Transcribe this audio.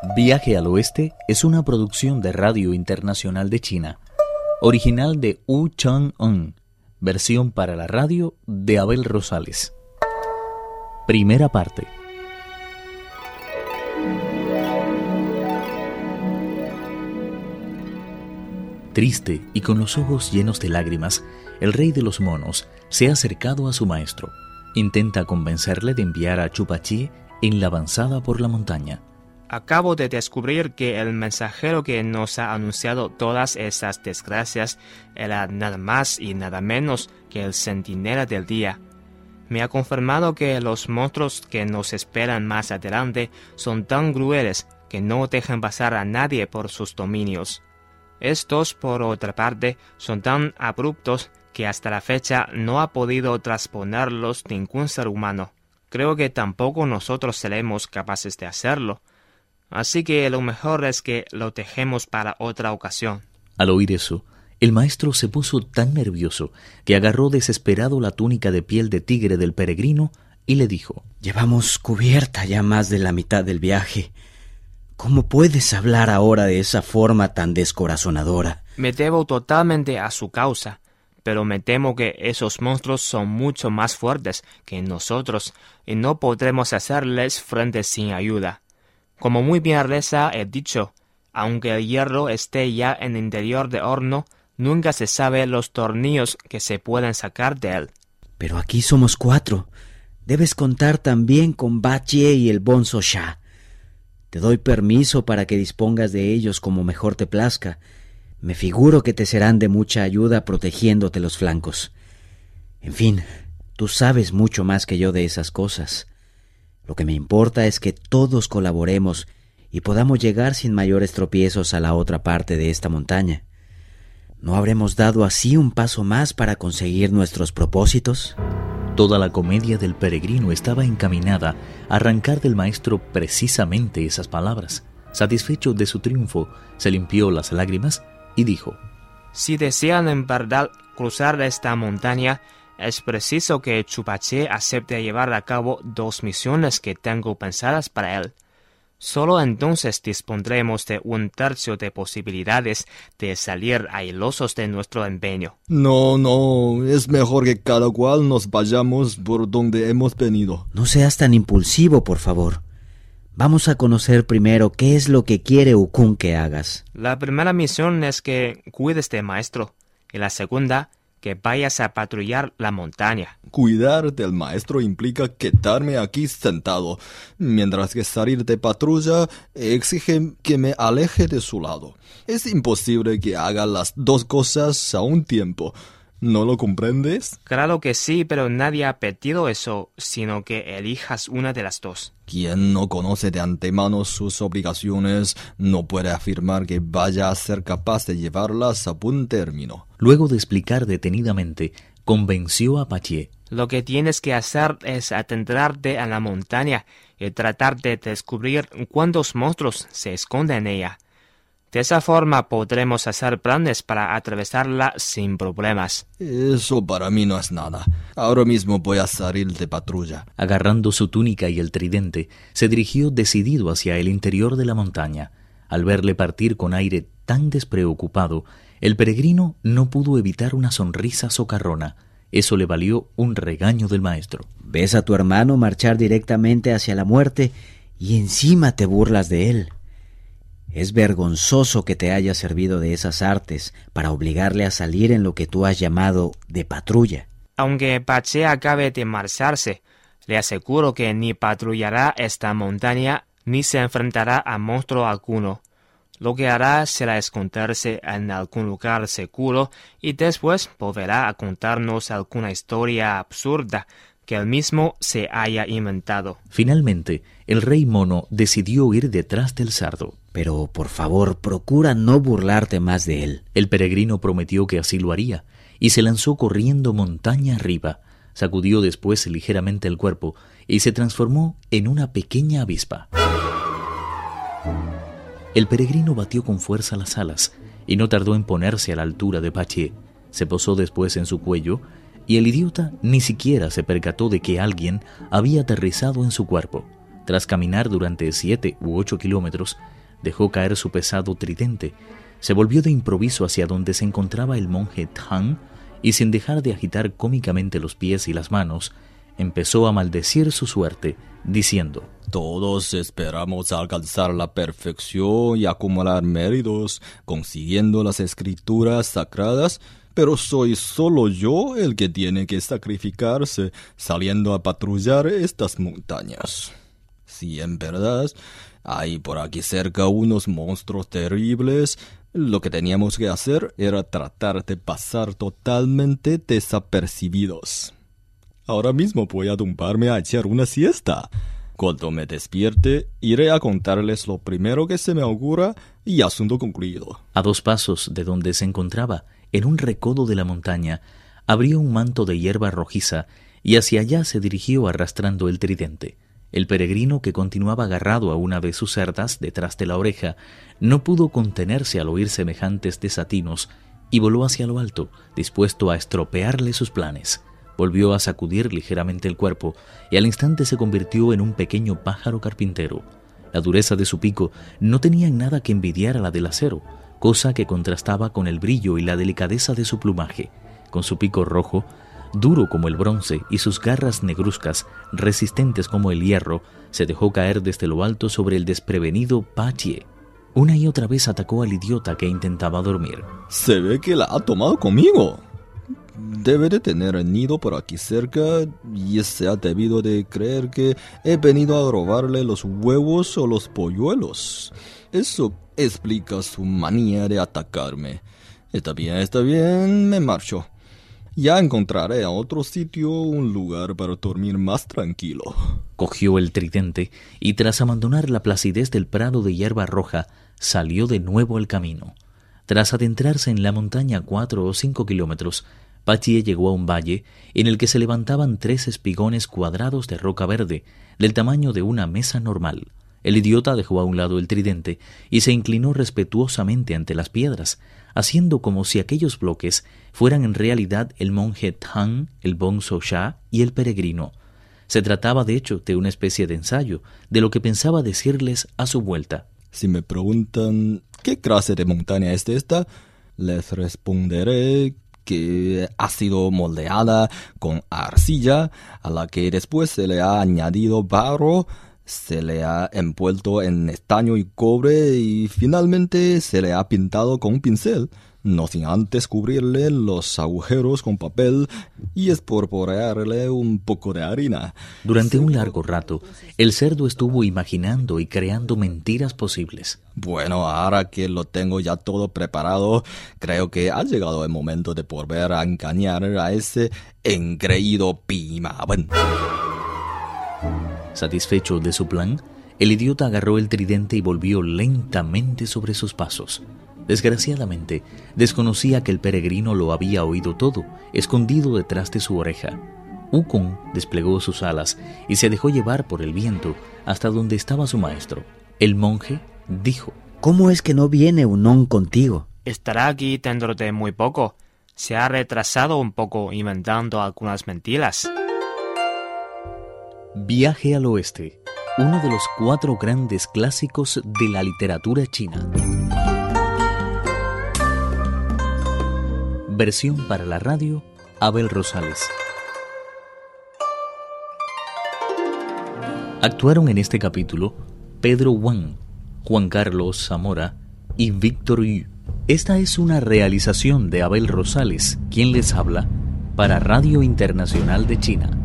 Viaje al Oeste es una producción de Radio Internacional de China, original de Wu Chang-un, versión para la radio de Abel Rosales. Primera parte. Triste y con los ojos llenos de lágrimas, el rey de los monos se ha acercado a su maestro. Intenta convencerle de enviar a Chupachie en la avanzada por la montaña. Acabo de descubrir que el mensajero que nos ha anunciado todas esas desgracias era nada más y nada menos que el centinela del día. Me ha confirmado que los monstruos que nos esperan más adelante son tan crueles que no dejan pasar a nadie por sus dominios. Estos, por otra parte, son tan abruptos que hasta la fecha no ha podido transponerlos ningún ser humano. Creo que tampoco nosotros seremos capaces de hacerlo. Así que lo mejor es que lo dejemos para otra ocasión. Al oír eso, el maestro se puso tan nervioso que agarró desesperado la túnica de piel de tigre del peregrino y le dijo: Llevamos cubierta ya más de la mitad del viaje. ¿Cómo puedes hablar ahora de esa forma tan descorazonadora? Me debo totalmente a su causa, pero me temo que esos monstruos son mucho más fuertes que nosotros y no podremos hacerles frente sin ayuda. Como muy bien les he dicho, aunque el hierro esté ya en el interior del horno, nunca se sabe los tornillos que se pueden sacar de él. Pero aquí somos 4. Debes contar también con Bachie y el Bonzo Sha. Te doy permiso para que dispongas de ellos como mejor te plazca. Me figuro que te serán de mucha ayuda protegiéndote los flancos. En fin, tú sabes mucho más que yo de esas cosas. Lo que me importa es que todos colaboremos y podamos llegar sin mayores tropiezos a la otra parte de esta montaña. ¿No habremos dado así un paso más para conseguir nuestros propósitos? Toda la comedia del peregrino estaba encaminada a arrancar del maestro precisamente esas palabras. Satisfecho de su triunfo, se limpió las lágrimas y dijo: Si desean en verdad cruzar esta montaña, es preciso que Chupachie acepte llevar a cabo 2 misiones que tengo pensadas para él. Solo entonces dispondremos de 1/3 de posibilidades de salir airosos de nuestro empeño. No, es mejor que cada cual nos vayamos por donde hemos venido. No seas tan impulsivo, por favor. Vamos a conocer primero qué es lo que quiere Ukun que hagas. La primera misión es que cuides de maestro, y la segunda, que vayas a patrullar la montaña. Cuidar del maestro implica quedarme aquí sentado, mientras que salir de patrulla exige que me aleje de su lado. Es imposible que haga las 2 cosas a un tiempo. ¿No lo comprendes? Claro que sí, pero nadie ha pedido eso, sino que elijas una de las 2. Quien no conoce de antemano sus obligaciones no puede afirmar que vaya a ser capaz de llevarlas a buen término. Luego de explicar detenidamente, convenció a Bachie. Lo que tienes que hacer es adentrarte a la montaña y tratar de descubrir cuántos monstruos se esconden en ella. De esa forma podremos hacer planes para atravesarla sin problemas. Eso para mí no es nada. Ahora mismo voy a salir de patrulla. Agarrando su túnica y el tridente, se dirigió decidido hacia el interior de la montaña. Al verle partir con aire tan despreocupado, el peregrino no pudo evitar una sonrisa socarrona. Eso le valió un regaño del maestro. Ves a tu hermano marchar directamente hacia la muerte y encima te burlas de él. Es vergonzoso que te haya servido de esas artes para obligarle a salir en lo que tú has llamado de patrulla. Aunque Bachie acabe de marcharse, le aseguro que ni patrullará esta montaña ni se enfrentará a monstruo alguno. Lo que hará será esconderse en algún lugar seguro y después volverá a contarnos alguna historia absurda que él mismo se haya inventado. Finalmente, el rey mono decidió ir detrás del sardo. Pero, por favor, procura no burlarte más de él. El peregrino prometió que así lo haría, y se lanzó corriendo montaña arriba. Sacudió después ligeramente el cuerpo y se transformó en una pequeña avispa. El peregrino batió con fuerza las alas y no tardó en ponerse a la altura de Bachie. Se posó después en su cuello y el idiota ni siquiera se percató de que alguien había aterrizado en su cuerpo. Tras caminar durante 7 u 8 kilómetros, dejó caer su pesado tridente, se volvió de improviso hacia donde se encontraba el monje Tang y, sin dejar de agitar cómicamente los pies y las manos, empezó a maldecir su suerte, diciendo: Todos esperamos alcanzar la perfección y acumular méritos, consiguiendo las escrituras sagradas, pero soy solo yo el que tiene que sacrificarse, saliendo a patrullar estas montañas. Si en verdad hay por aquí cerca unos monstruos terribles, lo que teníamos que hacer era tratar de pasar totalmente desapercibidos. Ahora mismo voy a tumbarme a echar una siesta. Cuando me despierte, iré a contarles lo primero que se me ocurra y asunto concluido. A 2 pasos de donde se encontraba, en un recodo de la montaña, abrió un manto de hierba rojiza y hacia allá se dirigió arrastrando el tridente. El peregrino, que continuaba agarrado a una de sus cerdas detrás de la oreja, no pudo contenerse al oír semejantes desatinos y voló hacia lo alto, dispuesto a estropearle sus planes. Volvió a sacudir ligeramente el cuerpo y al instante se convirtió en un pequeño pájaro carpintero. La dureza de su pico no tenía en nada que envidiar a la del acero, cosa que contrastaba con el brillo y la delicadeza de su plumaje. Con su pico rojo, duro como el bronce, y sus garras negruzcas, resistentes como el hierro, se dejó caer desde lo alto sobre el desprevenido Bachie. Una y otra vez atacó al idiota que intentaba dormir. Se ve que la ha tomado conmigo. Debe de tener el nido por aquí cerca y se ha debido de creer que he venido a robarle los huevos o los polluelos. Eso explica su manía de atacarme. Está bien, me marcho. Ya encontraré a otro sitio un lugar para dormir más tranquilo. Cogió el tridente y, tras abandonar la placidez del prado de hierba roja, salió de nuevo al camino. Tras adentrarse en la montaña 4 o 5 kilómetros, Bachie llegó a un valle en el que se levantaban 3 espigones cuadrados de roca verde, del tamaño de una mesa normal. El idiota dejó a un lado el tridente y se inclinó respetuosamente ante las piedras, haciendo como si aquellos bloques fueran en realidad el monje Tang, el bonzo Sha y el peregrino. Se trataba, de hecho, de una especie de ensayo de lo que pensaba decirles a su vuelta. Si me preguntan qué clase de montaña es esta, les responderé que ha sido moldeada con arcilla, a la que después se le ha añadido barro, se le ha envuelto en estaño y cobre y finalmente se le ha pintado con un pincel, no sin antes cubrirle los agujeros con papel y esporporearle un poco de harina. Durante un largo rato, el cerdo estuvo imaginando y creando mentiras posibles. Bueno, ahora que lo tengo ya todo preparado, creo que ha llegado el momento de volver a engañar a ese engreído Pimaben. Satisfecho de su plan, el idiota agarró el tridente y volvió lentamente sobre sus pasos. Desgraciadamente, desconocía que el peregrino lo había oído todo, escondido detrás de su oreja. Wukong desplegó sus alas y se dejó llevar por el viento hasta donde estaba su maestro. El monje dijo: ¿Cómo es que no viene Unón contigo? Estará aquí dentro de muy poco. Se ha retrasado un poco inventando algunas mentiras. Viaje al oeste, uno de los 4 grandes clásicos de la literatura china. Versión para la radio, Abel Rosales. Actuaron en este capítulo Pedro Wang, Juan Carlos Zamora y Víctor Yu. Esta es una realización de Abel Rosales, quien les habla, para Radio Internacional de China.